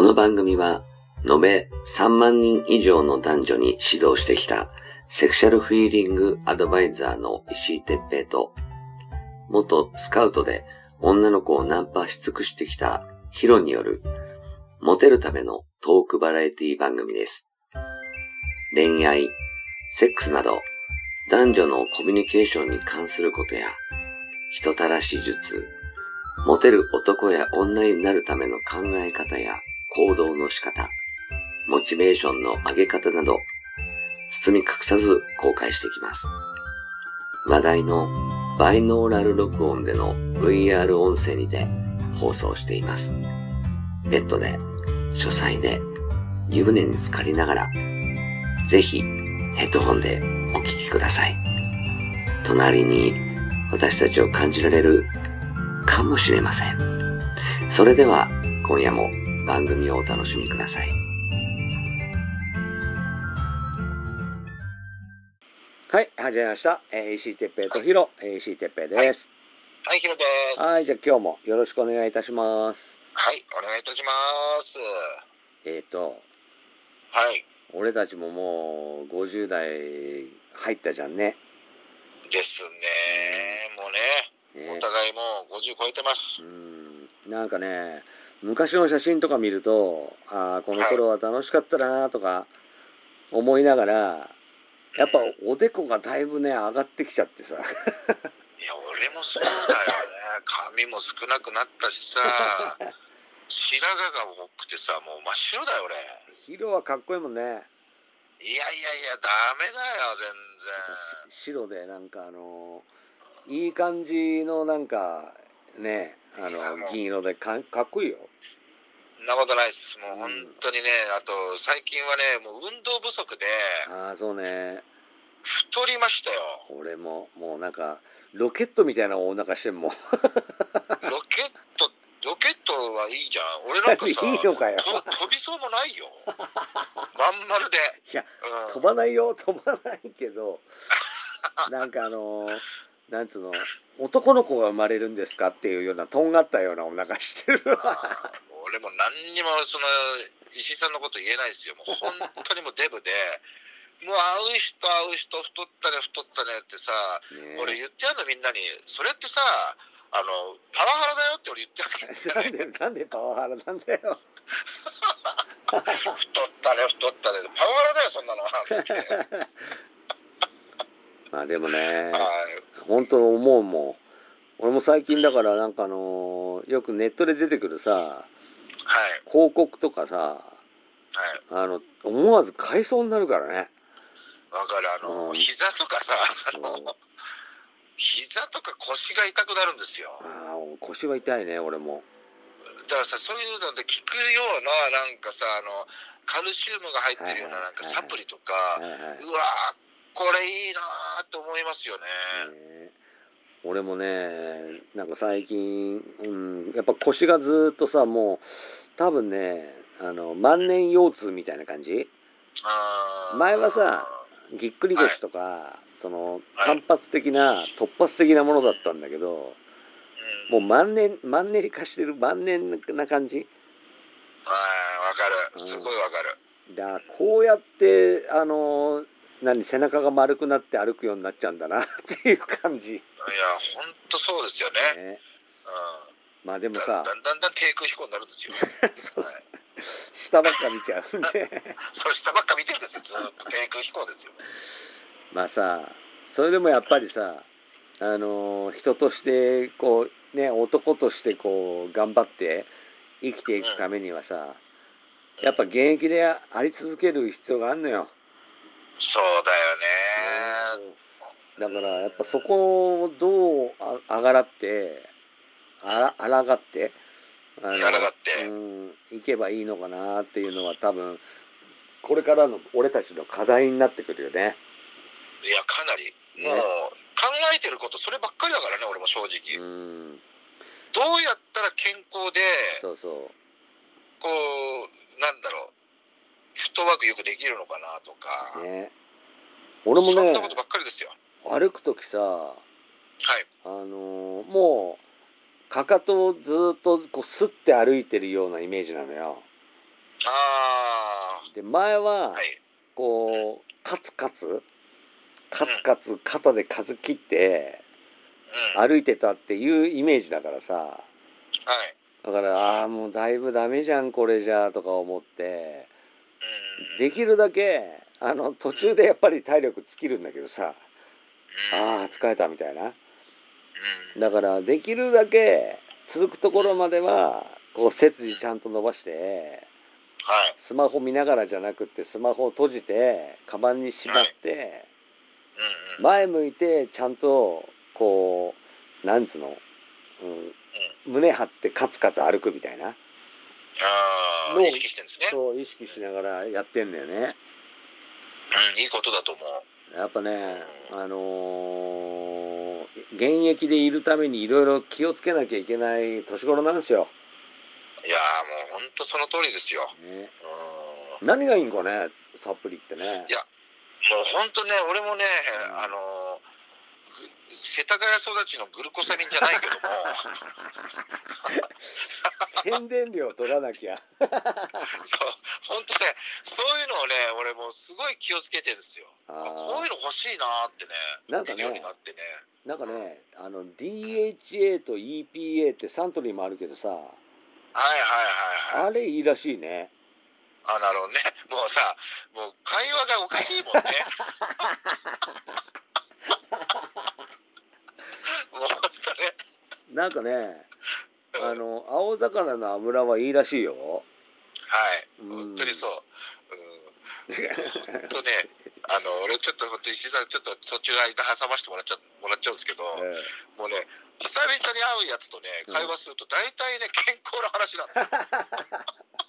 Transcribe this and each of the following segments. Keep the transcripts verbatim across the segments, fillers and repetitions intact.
の番組は、延べさんまんにん以上の男女に指導してきたセクシャルフィーリングアドバイザーの石井哲平と、元スカウトで女の子をナンパし尽くしてきたヒロによる、モテるためのトークバラエティ番組です。恋愛、セックスなど、男女のコミュニケーションに関することや、人たらし術、モテる男や女になるための考え方や行動の仕方、モチベーションの上げ方など、包み隠さず公開していきます。話題のバイノーラル録音での ブイアール 音声にて放送しています。ベッドで、書斎で、湯船に浸かりながら、ぜひヘッドホンでお聞きください。隣に私たちを感じられるかもしれません。それでは今夜も番組をお楽しみください。はい、始めました。えー、石井哲平とヒロ、はい、石井哲平です。 はい、はい、ヒロです。 はい、じゃあ今日もよろしくお願いいたします。 はい、お願いいたします。 えーと、 はい。 俺たちももうごじゅう代入ったじゃんね。 ですね。もうね、ね、お互いもうごじゅう超えてます。 うん、なんかね、昔の写真とか見ると、ああ、この頃は楽しかったなとか思いながら、はい、やっぱおでこがだいぶね、上がってきちゃってさ。いや、 俺もそうだよね。髪も少なくなったしさ、白髪が多くてさ、もう真っ白だよ、俺。 ヒロはかっこいいもんね。 いやいやいや、ダメだよ、全然。 白で、なんかあの、いい感じのなんか、ね、あの、銀色でかかっこいいよ。 そんなことないです。もう本当にね、あと最近はね、もう運動不足で。 ああ、そうね。 太りましたよ。 俺も、もうなんか、ロケットみたいなお腹してんもん。 ロケット、ロケットはいいじゃん。俺なんかさ、 いいのかよ。 と飛びそうもないよ。まん丸で。 いや、 うん、 飛ばないよ、飛ばないけど、なんかあのー、なんつうの、男の子が生まれるんですかっていうようなとんがったようなお腹してる。 俺も何にもその石井さんのこと言えないですよ。もう本当にもうデブで、もう会う人会う人太ったね太ったねってさ、ね、俺言ってやるのみんなに。それってさ、あのパワハラだよって俺言ってやるんだよね。 なんでなんでパワハラなんだよ。 太ったね太ったね、パワハラだよそんなの。 まあでもね、本当思うもん。俺も最近だからなんかあのー、よくネットで出てくるさ、はい、広告とかさ、はい、あの思わず買いそうになるからね。 わかる。あの、うん、膝とかさ、あの膝とか腰が痛くなるんですよ。 ああ、腰は痛いね、俺も。 だからさ、そういうので効くようななんかさ、あのカルシウムが入ってるようななんかサプリとか、はいはいはいはい、うわーこれいいなーって思いますよね。 ね、俺もね、なんか最近、うん、やっぱ腰がずっとさ、もう多分ね、あの万年腰痛みたいな感じ。あ、前はさ、ぎっくり腰とか、はい、その単発的な、はい、突発的なものだったんだけど、うん、もう万年マンネリ化してる、万年な感じ。 ああ、わかる、すごいわかる。 うん、だこうやってあの何背中が丸くなって歩くようになっちゃうんだなっていう感じ。いや本当そうですよね。ね、 うん、まあでもさ、 だんだんだん低空飛行になるんですよ。そう、はい、 下ばっか見ちゃうんで。 そう下ばっか見てるんですよ。ずっと低空飛行ですよ。 まあさ、それでもやっぱりさ、あの人としてこうね、男としてこう頑張って生きていくためにはさ、うん、やっぱ現役であり続ける必要があるのよ。 そうだよね。 だからやっぱそこをどうあがらってあらあらがってあのあらがってうんいけばいいのかなっていうのは多分これからの俺たちの課題になってくるよね。 いやかなり、ね、もう考えてることそればっかりだからね、俺も正直。うんどうやったら健康でそうそうこうなんだろうフットワークよくできるのかなとかね。俺もねそんなことばっかりですよ。 歩く時さ、はい、あのー、もうかかとをずっとこうスッて歩いてるようなイメージなのよ。 で前ははい。 こうカツカツカツカツ肩で数切ってうん。はい。 歩いてたっていうイメージだからさ、だからああもうだいぶダメじゃんこれじゃとか思って、 うん。 できるだけあの途中でやっぱり体力尽きるんだけどさ、 うん。 ああ疲れたみたいな。 うん。 だからできるだけ続くところまではこう背筋ちゃんと伸ばして、 はい。 スマホ見ながらじゃなくってスマホを閉じてカバンにしまって、 うん。うん。 前向いてちゃんとこうなんつうの、うん、胸張ってカツカツ歩くみたいなああ、 のを意識してんですね。 そう意識しながらやってんだよね。 うん、いいことだと思う。 やっぱね、 うん。 あのー現役でいるためにいろいろ気をつけなきゃいけない年頃なんですよ。 いやーもう本当その通りですよ。 ね、 うん。 何がいいんかねサプリってね。 いや、もう本当ね、俺もね、 うんあのー世田谷育ちのグルコサミンじゃないけども、 宣伝料取らなきゃ。 そう、本当ね、そういうのをね、俺もうすごい気をつけてるんですよ。 ああこういうの欲しいなーってね、 なんかね見るようになってね。 なんかねあの ディーエイチエー と イーピーエー ってサントリーもあるけどさ、 はいはいはいはい。 あれいいらしいね。 あ、なるほどね。もうさ、もう会話がおかしいもんね。もう本当ね。 なんかねあの青魚の油はいいらしいよ。 はい、 うん本当にそう。うん、本当ね、あの俺ちょっと本当に石井さんちょっと途中間挟ませてもらっちゃもらっちゃうんですけど、 えもうね久々に会うやつとね会話すると大体ね健康の話なんだよ。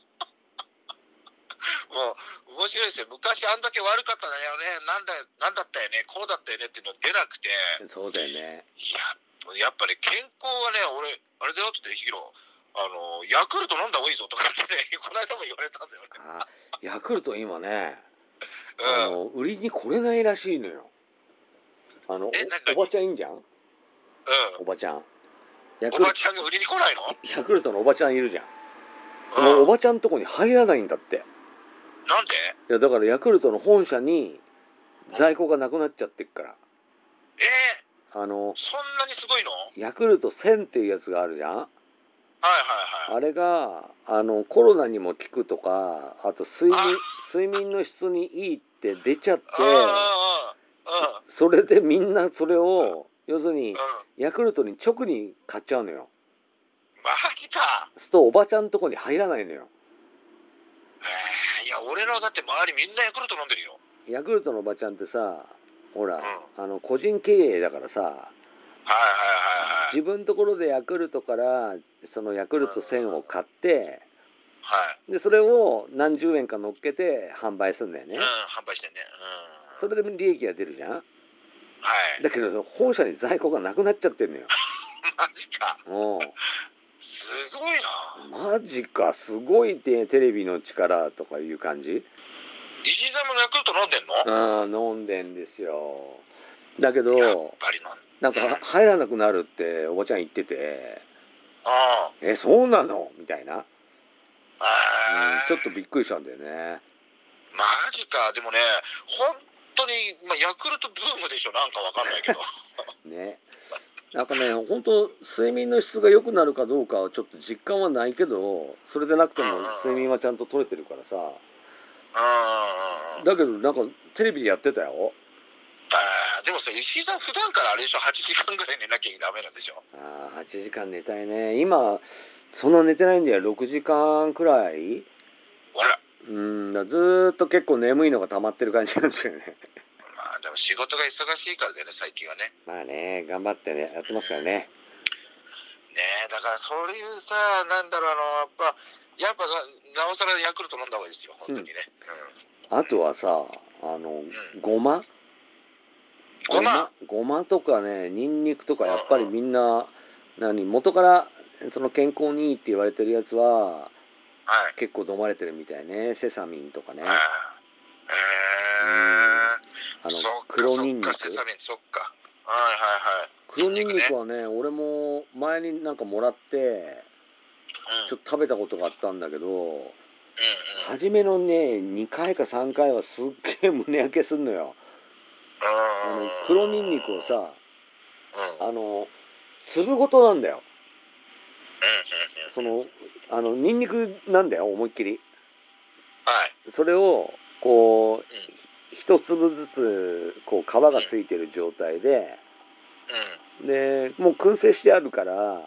もう面白いですよ。昔あんだけ悪かったんだよね。なんだなんだったよね。こうだったよねっていうのが出なくて。 えそうだよね。 いややっぱり健康はね、俺あれだよってヒロ、あのヤクルト飲んだ方がいいぞとかってね、この間も言われたんだよね。 あヤクルト今ねあうん。 の売りに来れないらしいのよ。あのえ、なになに？ おおばちゃんいんじゃん、 うん。 おばちゃんヤクおルばちゃんが売りに来ないの？ ヤクルトのおばちゃんいるじゃん。そうん。 のおばちゃんとこに入らないんだって。 なんで？ いやだからヤクルトの本社に在庫がなくなっちゃってっから、 えー、 あのそんなにすごいの？ ヤクルトせんっていうやつがあるじゃん。 はいはいはい。 あれがあのコロナにも効くとか、あと睡眠あ睡眠の質にいいって出ちゃって、 ああああそそれでみんなそれを要するにうん。 ヤクルトに直に買っちゃうのよ。 マジか。 そうするとおばちゃんとこに入らないのよ。 えー、いや俺のだって周りみんなヤクルト飲んでるよ。 ヤクルトのおばちゃんってさ、ほら、 うん。 あの個人経営だからさ、 はいはいはいはい。 自分のところでヤクルトからそのヤクルトせんを買って、 はい。 でそれを何十円か乗っけて販売するんだよね。 うん、販売してんね。うん。 それで利益が出るじゃん。 はい。 だけど本社に在庫がなくなっちゃってんのよ。 マジか。 おすごいな。 マジかすごいってテレビの力とかいう感じ。 石井さんもヤクルト飲んでんの？ ああ飲んでんですよ。だけどやっぱりなんかうん入らなくなるっておばちゃん言ってて、 ああ。 えそうなのみたいな、うん、 あちょっとびっくりしたんだよね。 マジか。でもね、本当に、まあ、ヤクルトブームでしょ。なんかわかんないけど。 ね、なんかね本当睡眠の質が良くなるかどうかはちょっと実感はないけど、それでなくても睡眠はちゃんと取れてるからさ。 うん。 だけどなんかテレビでやってたよ。 あでもさ、石井さん普段からあれでしょ、はちじかんぐらい寝なきゃダメなんでしょ。 ああはちじかん寝たいね。今そんな寝てないんだよ。ろくじかんくらい。 ほら。 うんだずーっと結構眠いのが溜まってる感じなんですよね。 まあでも仕事が忙しいからだよね、最近はね。 まあね頑張ってねやってますからね。 ねえ、だからそういうさ、なんだろう、あの、やっぱ、やっぱな、なおさらヤクルト飲んだ方がいいですよ、本当にね。うん。 あとはさあの、 んごまごまごまとかねニンニクとかやっぱりみんな何元からその健康にいいって言われてるやつははい。 結構飲まれてるみたいね。セサミンとかね。 ああ。へえ。 あのそっか黒ニンニクそっか、セサミン、そっか。はいはいはい。 黒ニンニクね。 はね俺も前になんかもらってうん。 ちょっと食べたことがあったんだけどうんうん。 初めのねにかいかさんかいはすっげえ胸焼けすんのよ。あの黒ニンニクをさ、あの粒ごとなんだよ。そのあのニンニクなんだよ、思いっきり。 はい。 それをこう、 うん、 一粒ずつこう皮がついてる状態で、 うん、 でもう燻製してあるから、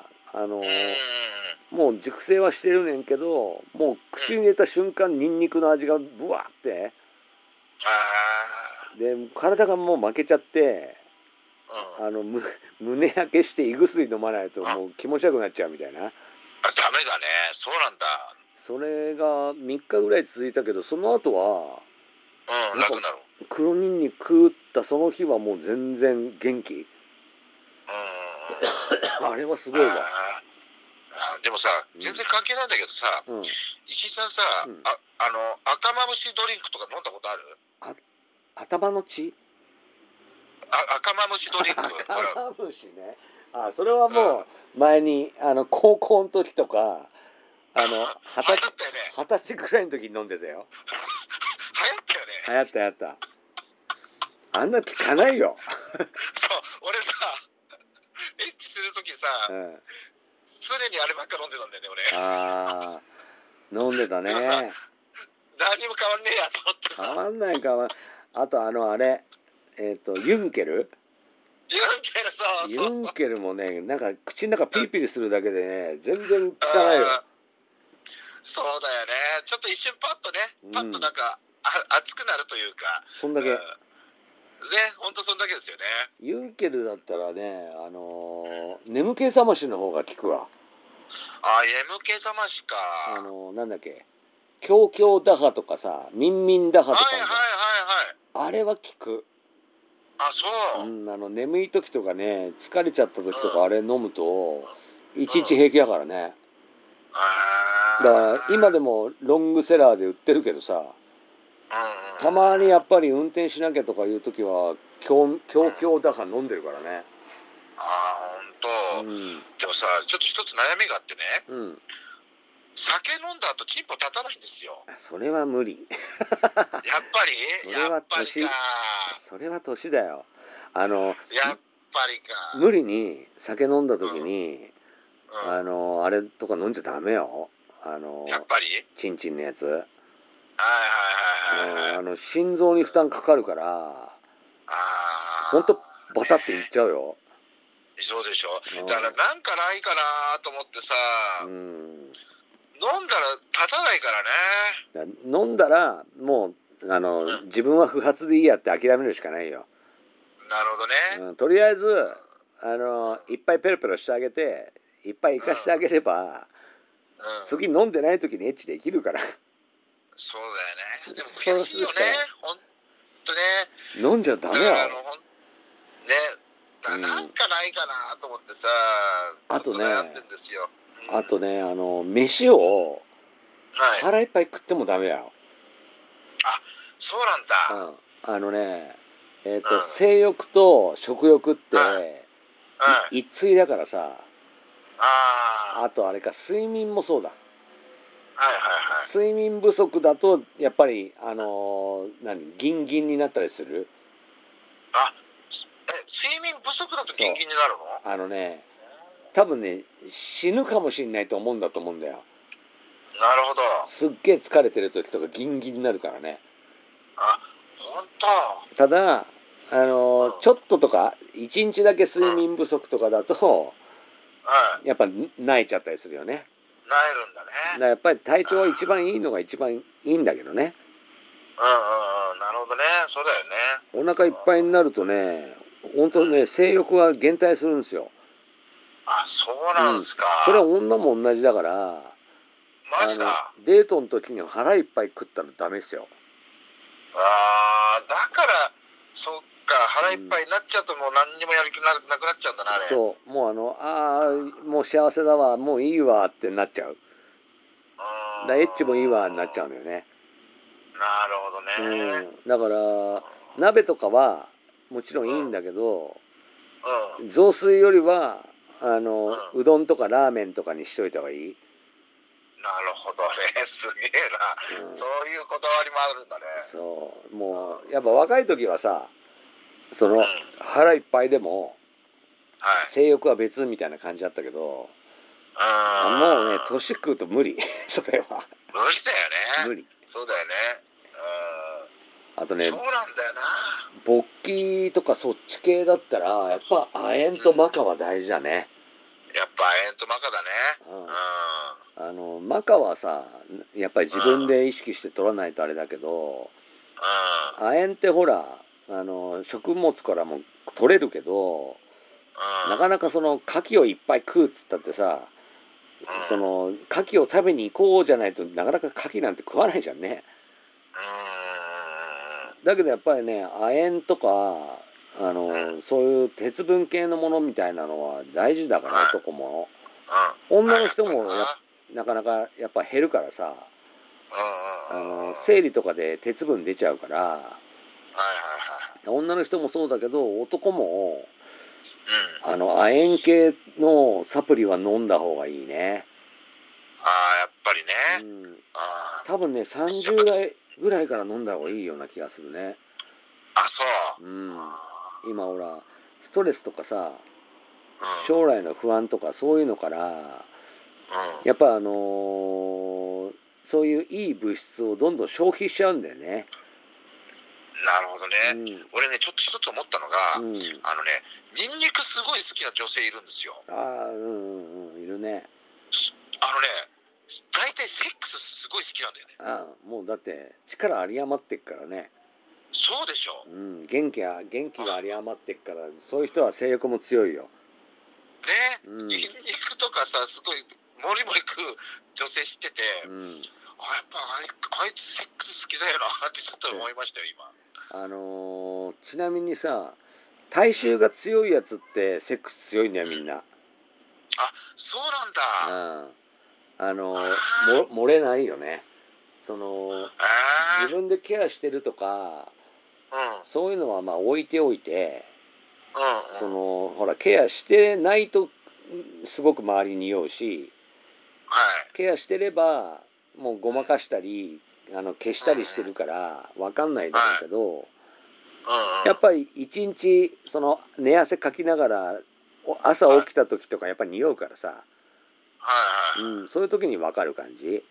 あのうん、 もう熟成はしてるねんけど、もう口に入れた瞬間ニンニクの味がブワーって、 あで体がもう負けちゃって、 あ、うん、 あのむ胸焼けして胃薬飲まないとあ、 もう気持ち悪くなっちゃうみたいな。 あ、ダメだね。そうなんだ。 それがみっかぐらい続いたけど、その後はうん、 やっぱ楽なの。 黒ニンニク食ったその日はもう全然元気。 うん、うん、うん。 あれはすあごいわ。 あ、でもさ、全然関係ないんだけどさ、 うん、 石井さんさ、 うん、 あ、あの、赤まぶしドリンクとか飲んだことある？ あ、頭の血あ、赤まぶしドリンク。ほら、 赤まぶしね。あ、それはうん。 もう前にあの高校の時とか、あの二流行十歳ったよね。 二十歳くらいの時に飲んでたよ。 流行ったよね。 流行った流行った。あんな効かないよ。 そう、俺さ、エッチするときさ、 うん、 常にあればっか飲んでたんだよね、俺。 あー飲んでたでもさ、 ね。 何にも変わんねえやと思ってさ、 変わんないかわあとあのあれえっ、とユンケルユンケル、そうユそうそう。 ンケルもね、なんか口の中ピリピリするだけでね全然効あかないよ。 ーそうだよね。ちょっと一瞬パッとね、パッとなんか、あ熱くなるというか、 そんだけ。 うん、ね、ほんとそんだけですよね。 ユンケルだったらね、あのー眠気覚ましの方が効くわ。 あ、エムケー 覚ましか。 あのーなんだっけ、強強打破とかさ、ミンミン打破はいはいはいとかあるじゃん。 はい。 あれは効く。 あ、そう。 うん、あの眠い時とかね、疲れちゃった時とかあれ飲むと一うん。うん。 日平気だからね。だから今であもロングセラーで売ってるけどさ、 あ、 たまにやっぱり運転しなきゃとかいう時は強強強打破飲んでるからね。 ああ、ほんと。 うん、 でもさ、ちょっと一つ悩みがあってね、 うん、 酒飲んだ後チンポ立たないんですよ。 それは無理。 やっぱりそれはやっぱりか。 年、それは年だよ。あのやっぱりか。 無理に酒飲んだ時うん。 に、 うん。 あのあれとか飲んじゃダメよ。あのやっぱりチンチンのやつ。 はいはいはいはいはい。 あの心臓に負担かかるから、 あほんとあ、 バタっていっちゃうよ。 そうでしょ。だからうなんかないかなと思ってさ、 ん、うん、 飲んだら立たないからね。 だ飲んだらもうあのうん。 自分は不発でいいやって諦めるしかないよ。 なるほどね。 うん、とりあえずあうん。 のいっぱいペロペロしてあげていっぱい行かしてあげれば、 うん。うん。 次飲んでない時にエッチできるから。 そうだよね。でも悔そうしいよね。 するしかない。 ほんとね。 飲んじゃダメだからあの、 よ。 ほん、ね、だうん、 なんかないかなと思ってさ、 あとちょっと悩んねでんですよ。うん。 あとねあの飯をはい。 腹いっぱい食ってもダメよ。 あ、そうなんだ。 うん、あのねえっ、 うん。 と性欲と食欲っはい。 てはい。 い一対だからさ。 ああとあれか、睡眠もそうだ。 あ、はいはいはい。 睡眠不足だとやっぱりあのー何ギンギンになったりする。 あ、え、睡眠不足だとギンそギンになるの？ うあのね多分ね死ぬかもしんないと思うんだと思うんだよ。 なるほど。 すっげえ疲れてる時とかギンギンになるからね。 あ、ほんと。 ただあうん。 のーちょっととかいちにちだけ睡うん。 眠不足とかだとはい。 やっぱ泣いちゃったりするよね。 なえるんだね。 だからやっぱり体調が一番あいいのが一番いいんだけどね。 あ、うんうんうん。なるほどね。そうだよね。 お腹いっぱいになるとね本当うん。 ね性欲が減退するんですよ。 あ、そううん、 なんすか。 それは女も同じだから、 マジだ。 あのデートの時に腹いっぱい食ったらダメですよ。 ああ、だから、そっか、腹いっうん、 ぱいになっちゃうともう何にもやる気ななくなっちゃうんだな、あれ。 そうもうあのあーもう幸せだわもういいわってなっちゃう。 うだエッチもいいわになっちゃうのよね。 ーん。なるほどね。 うん、だから鍋とかはもちろんいいんだけどうん。うん。 雑炊よりはあのうん。 うどんとかラーメンとかにしといた方がいい。 いなるほどね、すげえな、 うん、 そういうこだわりもあるんだね。 そうもうやっぱ若い時はさそのうん、 腹いっぱいでもはい。 性欲は別みたいな感じだったけど、 うあもうねーん。 年食うと無理それは無理だよね。 無理。 そうだよね。うん。 あとねそうなんだよな。 勃起とかそっち系だったらやっぱ亜うん。 鉛とマカは大事だね。 やっぱ亜鉛とマカだね。 うん、あのマカはさやっぱり自分うん。 で意識して取らないとあれだけどうん。 亜鉛ってほらあの食物からも取れるけどなかうん。 なかその牡蠣をいっぱい食うっつったってさそうん。 の牡蠣を食べに行こうじゃないとなかなか牡蠣なんて食わないじゃんね。だけどやっぱりね亜鉛とかあのうん。うん。 そういう鉄分系のものみたいなのは大事だからはい。 男もうん。あ、 女のやっぱな。 人もやなかなかやっぱ減るからさうんうんあのうんうん。 生理とかで鉄分出ちゃうからはいはいはい。 女の人もそうだけど男もうん。 あの亜鉛系のサプリは飲んだ方がいいね。 ああ、やっぱりね。 うん、 ああ。 多分ねやっぱ、 さんじゅう代ぐらいから飲んだ方がいいような気がするね。 あ、そう。 うん、 あ今ほらストレスとかさあ。 将来の不安とかそういうのからうん。うん。 やっぱあのーそういういい物質をどんどん消費しちゃうんだよね。 なるほどね。 うん、 俺ね、ちょっと一つ思ったのが、 うん、 あのね、ニンニクすごい好きな女性いるんですよ。 ああうんうんうんいるね。 あのね、大体セックスすごい好きなんだよね。 ああもうだって力有り余ってっからね。 そうでしょ。 うん、元気が元気が有りあ余ってっからそういう人は性欲も強いよ。 ね、 うん、 ニンニクとかさ、すごいもりもり食う女性知ってて、 うん、 あ、やっぱあいあいつセックス好きだよなってちょっと思いましたよ、今。 あのーちなみにさ体臭が強いやつってセックス強いんだよみんな。 あ、そうなんだ。 うんあのあも漏れないよね。そのあ、 自分でケアしてるとかえー、うん、うん、 そういうのはまあ置いておいてそうん、 のほらケアしてないとすごく周りに匂うしはい、 ケアしてればもうごまかしたりあの消しうん、うん、 たりしてるから分かんないだろうはい、 けどうん、うん、 やっぱり一日その寝汗かきながらお朝はい、 起きた時とかやっぱり匂うからさ、 はい、はい、 うん、そういう時に分かる感じ。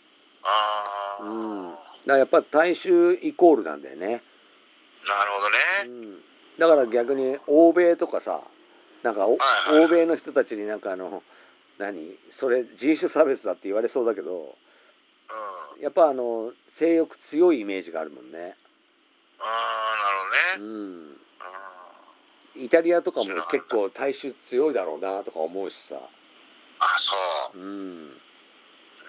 うん、だかあらやっぱ体臭イコールなんだよね。 あ、なるほどね。 うん、だから逆に欧米とかさなんかおはいはいはい。 欧米の人たちになんかあの何それ人種差別だって言われそうだけどうん。 やっぱあの性欲強いイメージがあるもんね。 ああ、なるほどね。 うん、 ああ、 イタリアとかも結そういうのがあるんだ。 構体臭強いだろうなとか思うしさ。 あ、そう。 うん、 うん、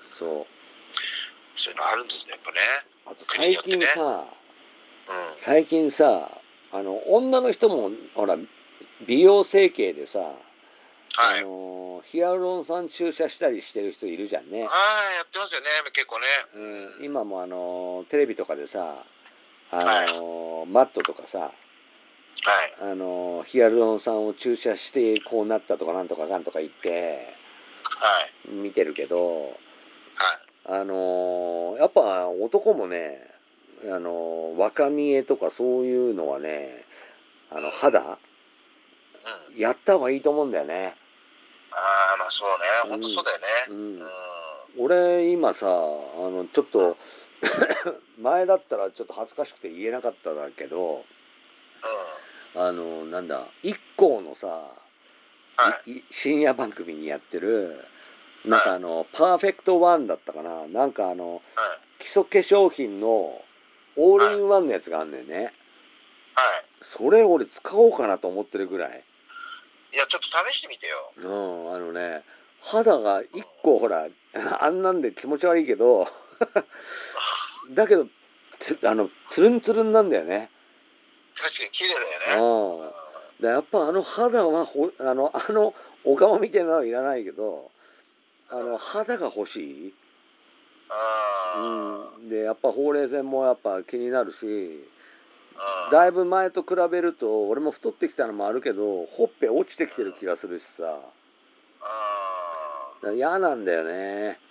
そうそういうのあるんですね、やっぱね。 あと国に最よってね。 近さうん。 最近さあの女の人もほら美容整形でさあはい。 のヒアルロン酸注射したりしてる人いるじゃんね。 ああ、やってますよね、結構ね。 うん、 うん。 今もあのテレビとかでさあはい。 のマットとかさはい。 あのヒアルロン酸を注射してこうなったとかなんとかかんとか言ってはい。 見てるけどはい。 あのやっぱ男もねあの若見えとかそういうのはねあのうん。 肌うん。 やった方がいいと思うんだよね。 ああ、まあそうね。 うほんとそうだよね。 ん、ううん。 ん、俺今さあのちょっうん。 と前だったらちょっと恥ずかしくて言えなかったんだけどうん。 あのなんだ一光のさはい。 いい深夜番組にやってるなんかあはい。 のパーフェクトワンだったかななんかあのはい。 基礎化粧品のオールはい。 インワンのやつがあんだよね。 はい。 それ俺使おうかなと思ってるぐらい。 いや、ちょっと試してみてよ。 うんあのね肌がうん。 一個ほらあんなんで気持ち悪いけどだけどてあのツルンツルンなんだよね。 確かに綺麗だよね。 うんでやっぱあの肌はほあのあのお顔みたいなのはいらないけどあうん。うん。 の肌が欲しい。うあん、でやっぱほうれい線もやっぱ気になるしだいあ。 ぶ前と比べると俺も太ってきたのもあるけどほっぺ落ちてきてる気がするしさああ。 だから嫌なんだよね。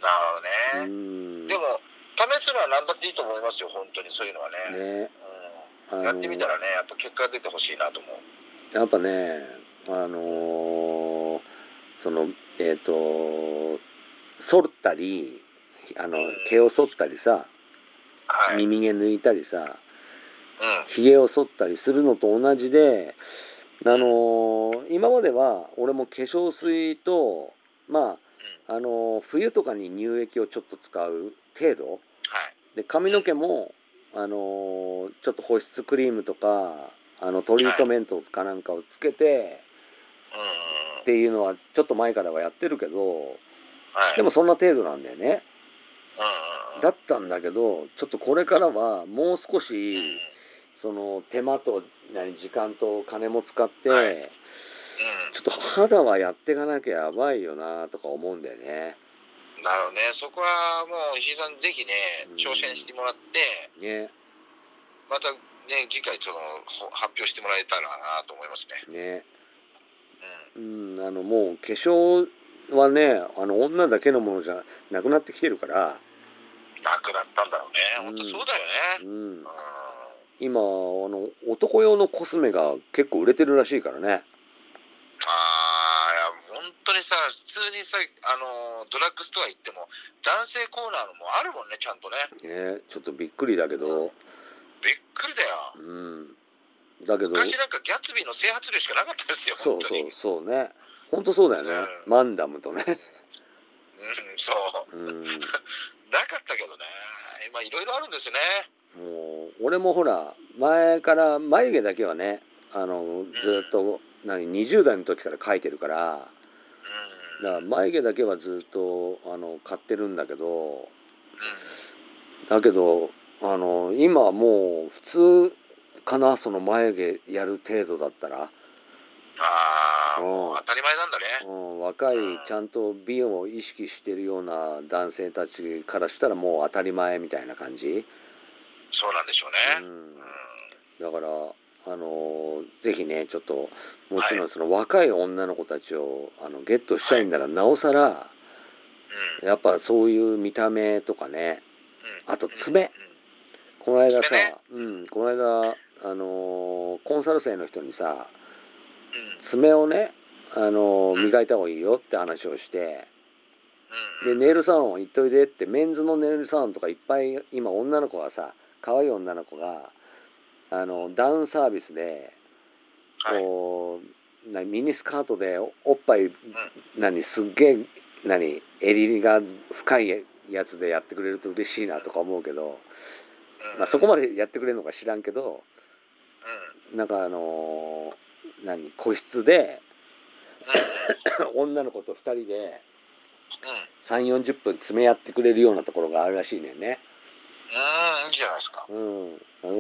ほどね。 うん。 でも試すのは何だっていいと思いますよ、本当にそういうのはね。 ね、 うん、やってみたらね、やっぱ結果出てほしいなと思う。 やっぱね、あのー、そのえっ、ー、と剃ったり、あの毛を剃ったりさ、 はい、 耳毛抜いたりさ、 うん、 ひげを剃ったりするのと同じで、あのー、今までは俺も化粧水とまあ、あのー、冬とかに乳液をちょっと使う程度、 はい、 で髪の毛も、あのー、ちょっと保湿クリームとかあのトリートメントかなんかをつけて、 はい、 っていうのはちょっと前からはやってるけど、 はい、 でもそんな程度なんだよね。 うん、 だったんだけど、ちょっとこれからはもう少し、 うん、 その手間と何時間と金も使って、 はい、うん、 ちょっと肌はやっていかなきゃやばいよなとか思うんだよね。 なるほどね。そこはもう石井さんぜひね、挑戦してもらって、 ね、 またね、次回その発表してもらえたらなと思いますね。 ね、 うん、うん、あのもう化粧はね、あの女だけのものじゃなくなってきてるから。 なくなったんだろうね。うん、本当そうだよね。 うん。 うん、 今あの男用のコスメが結構売れてるらしいからね。 ああ、いや本当にさ、普通にさ、あのドラッグストア行っても男性コーナーのもあるもんね、ちゃんとね。 ね、ちょっとびっくりだけど。 うん、びっくりだよ。 うん。だけど昔なんかギャツビーの整髪料しかなかったですよ。 そうそうそうね。本当そうだよね。うん、マンダムとね。 うん、うん、そう。うん、なかったけどね。今いろいろあるんですよね。 もう俺もほら前から眉毛だけはね、あのずっと、うん、何にじゅう代の時から描いてるから、うん、だから眉毛だけはずっとあの買ってるんだけど、うん、だけどあの今もう普通かな、その眉毛やる程度だったら。 ああ、もう当たり前なんだね。 うん、若いちゃんと美容を意識してるような男性たちからしたらもう当たり前みたいな感じ。 そうなんでしょうね。 うん、だからあのぜひね、ちょっともちろんその若い女の子たちをあのゲットしたいんならなおさら、はい、やっぱそういう見た目とかね、うん、あと爪、うん、この間さ、ね、うん、この間あのコンサル生の人にさ、うん、爪をね、あの磨いた方がいいよって話をして、でネイルサロン行っといでって、メンズのネイルサロンとかいっぱい今女の子がさ、可愛い女の子があのダウンサービスでこう、はい、ミニスカートでおっぱい、うん、何すっげえ何襟が深いやつでやってくれると嬉しいなとか思うけど、うん、まあ、そこまでやってくれるのか知らんけど、うん、なんかあのー、何個室で、うん、女の子とふたりでさんじゅうよんじゅっぷん爪やってくれるようなところがあるらしいねんね。 うん、いいじゃないですか。 うん、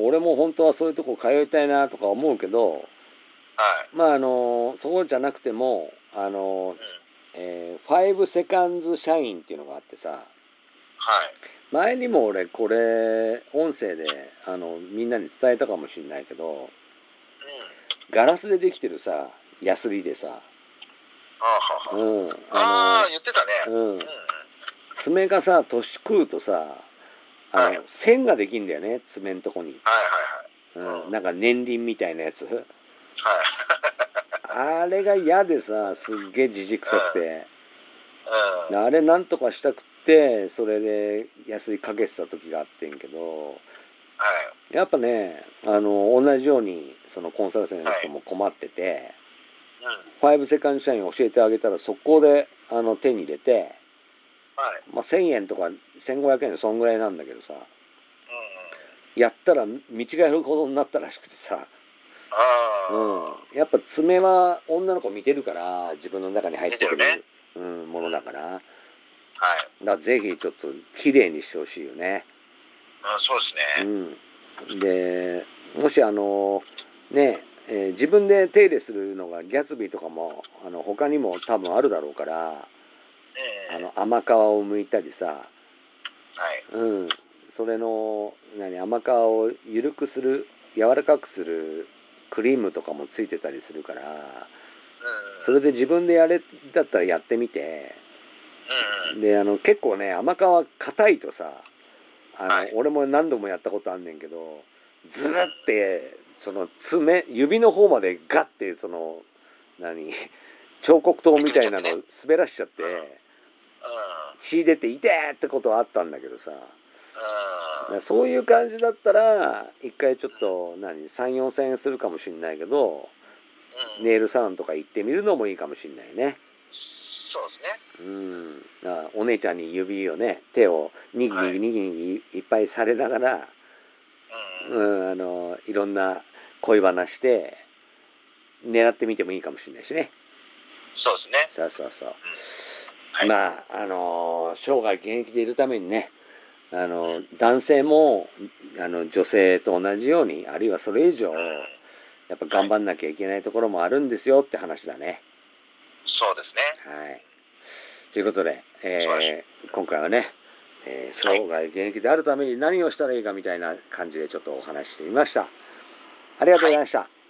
俺も本当はそういうとこ通いたいなとか思うけど、はい、まああのそうじゃなくてもあの、うん、えー、ファイブセカンズ社員っていうのがあってさ、はい、前にも俺これ音声であのみんなに伝えたかもしれないけど、うん、ガラスでできてるさヤスリでさ、 あ、うん、ああ言ってたね、 うん、爪がさ年食うとさあの、はい、線ができんだよね、爪んとこに。はいはいはい。うん、なんか年輪みたいなやつ。はい。あれが嫌でさ、すっげえじじくさくて。うん、あれなんとかしたくて、それでヤスリかけてた時があってんけど、はい、やっぱね、あの、同じように、そのコンサル生の人も困ってて、はい、うん、ファイブセカンド社員教えてあげたら、速攻であの手に入れて、はい、まあせんえんとかせんごひゃくえんそんぐらいなんだけどさ、うん、やったら見違えるほどになったらしくてさ、うん、やっぱ爪は女の子見てるから自分の中に入ってくる、ね、うん、ものだから、うん、はい、だからぜひちょっと綺麗にしてほしいよね。 あ、そうですね、 うん、でもしあのねえー、自分で手入れするのがギャツビーとかもあの他にも多分あるだろうから、あの甘皮を剥いたりさ、はい、うん、それの何甘皮を緩くする柔らかくするクリームとかもついてたりするから、それで自分でやれだったらやってみて、 うんうん。 で、あの、結構ね、甘皮硬いとさ、あの、 はい俺も何度もやったことあんねんけど、ズルってその爪指の方までガッてその何彫刻刀みたいなの滑らしちゃってうん。うん。 血出て痛えってことはあったんだけどさ、 うん。 そういう感じだったら一回ちょっと何さん、よんせんえんするかもしんないけど、 うん。 ネイルサロンとか行ってみるのもいいかもしんないね。 そうですね。 うん、あお姉ちゃんに指をね手をにぎにぎにぎにぎいっぱいされながら、 うん。うん。 うん、あのいろんな恋話で狙ってみてもいいかもしれないしね。 そうですね。 そうそうそう。 うん。はい。 まああの生涯現役でいるためにね、あの男性もあの女性と同じようにあるいはそれ以上うん。 やっぱ頑張んなきゃいけないところもあるんですよって話だね。 そうですね。 はい。ということで、 素晴らしい。 えー今回はね、えーはい。 生涯現役であるために何をしたらいいかみたいな感じでちょっとお話ししてみました。ありがとうごはい。 ざいました。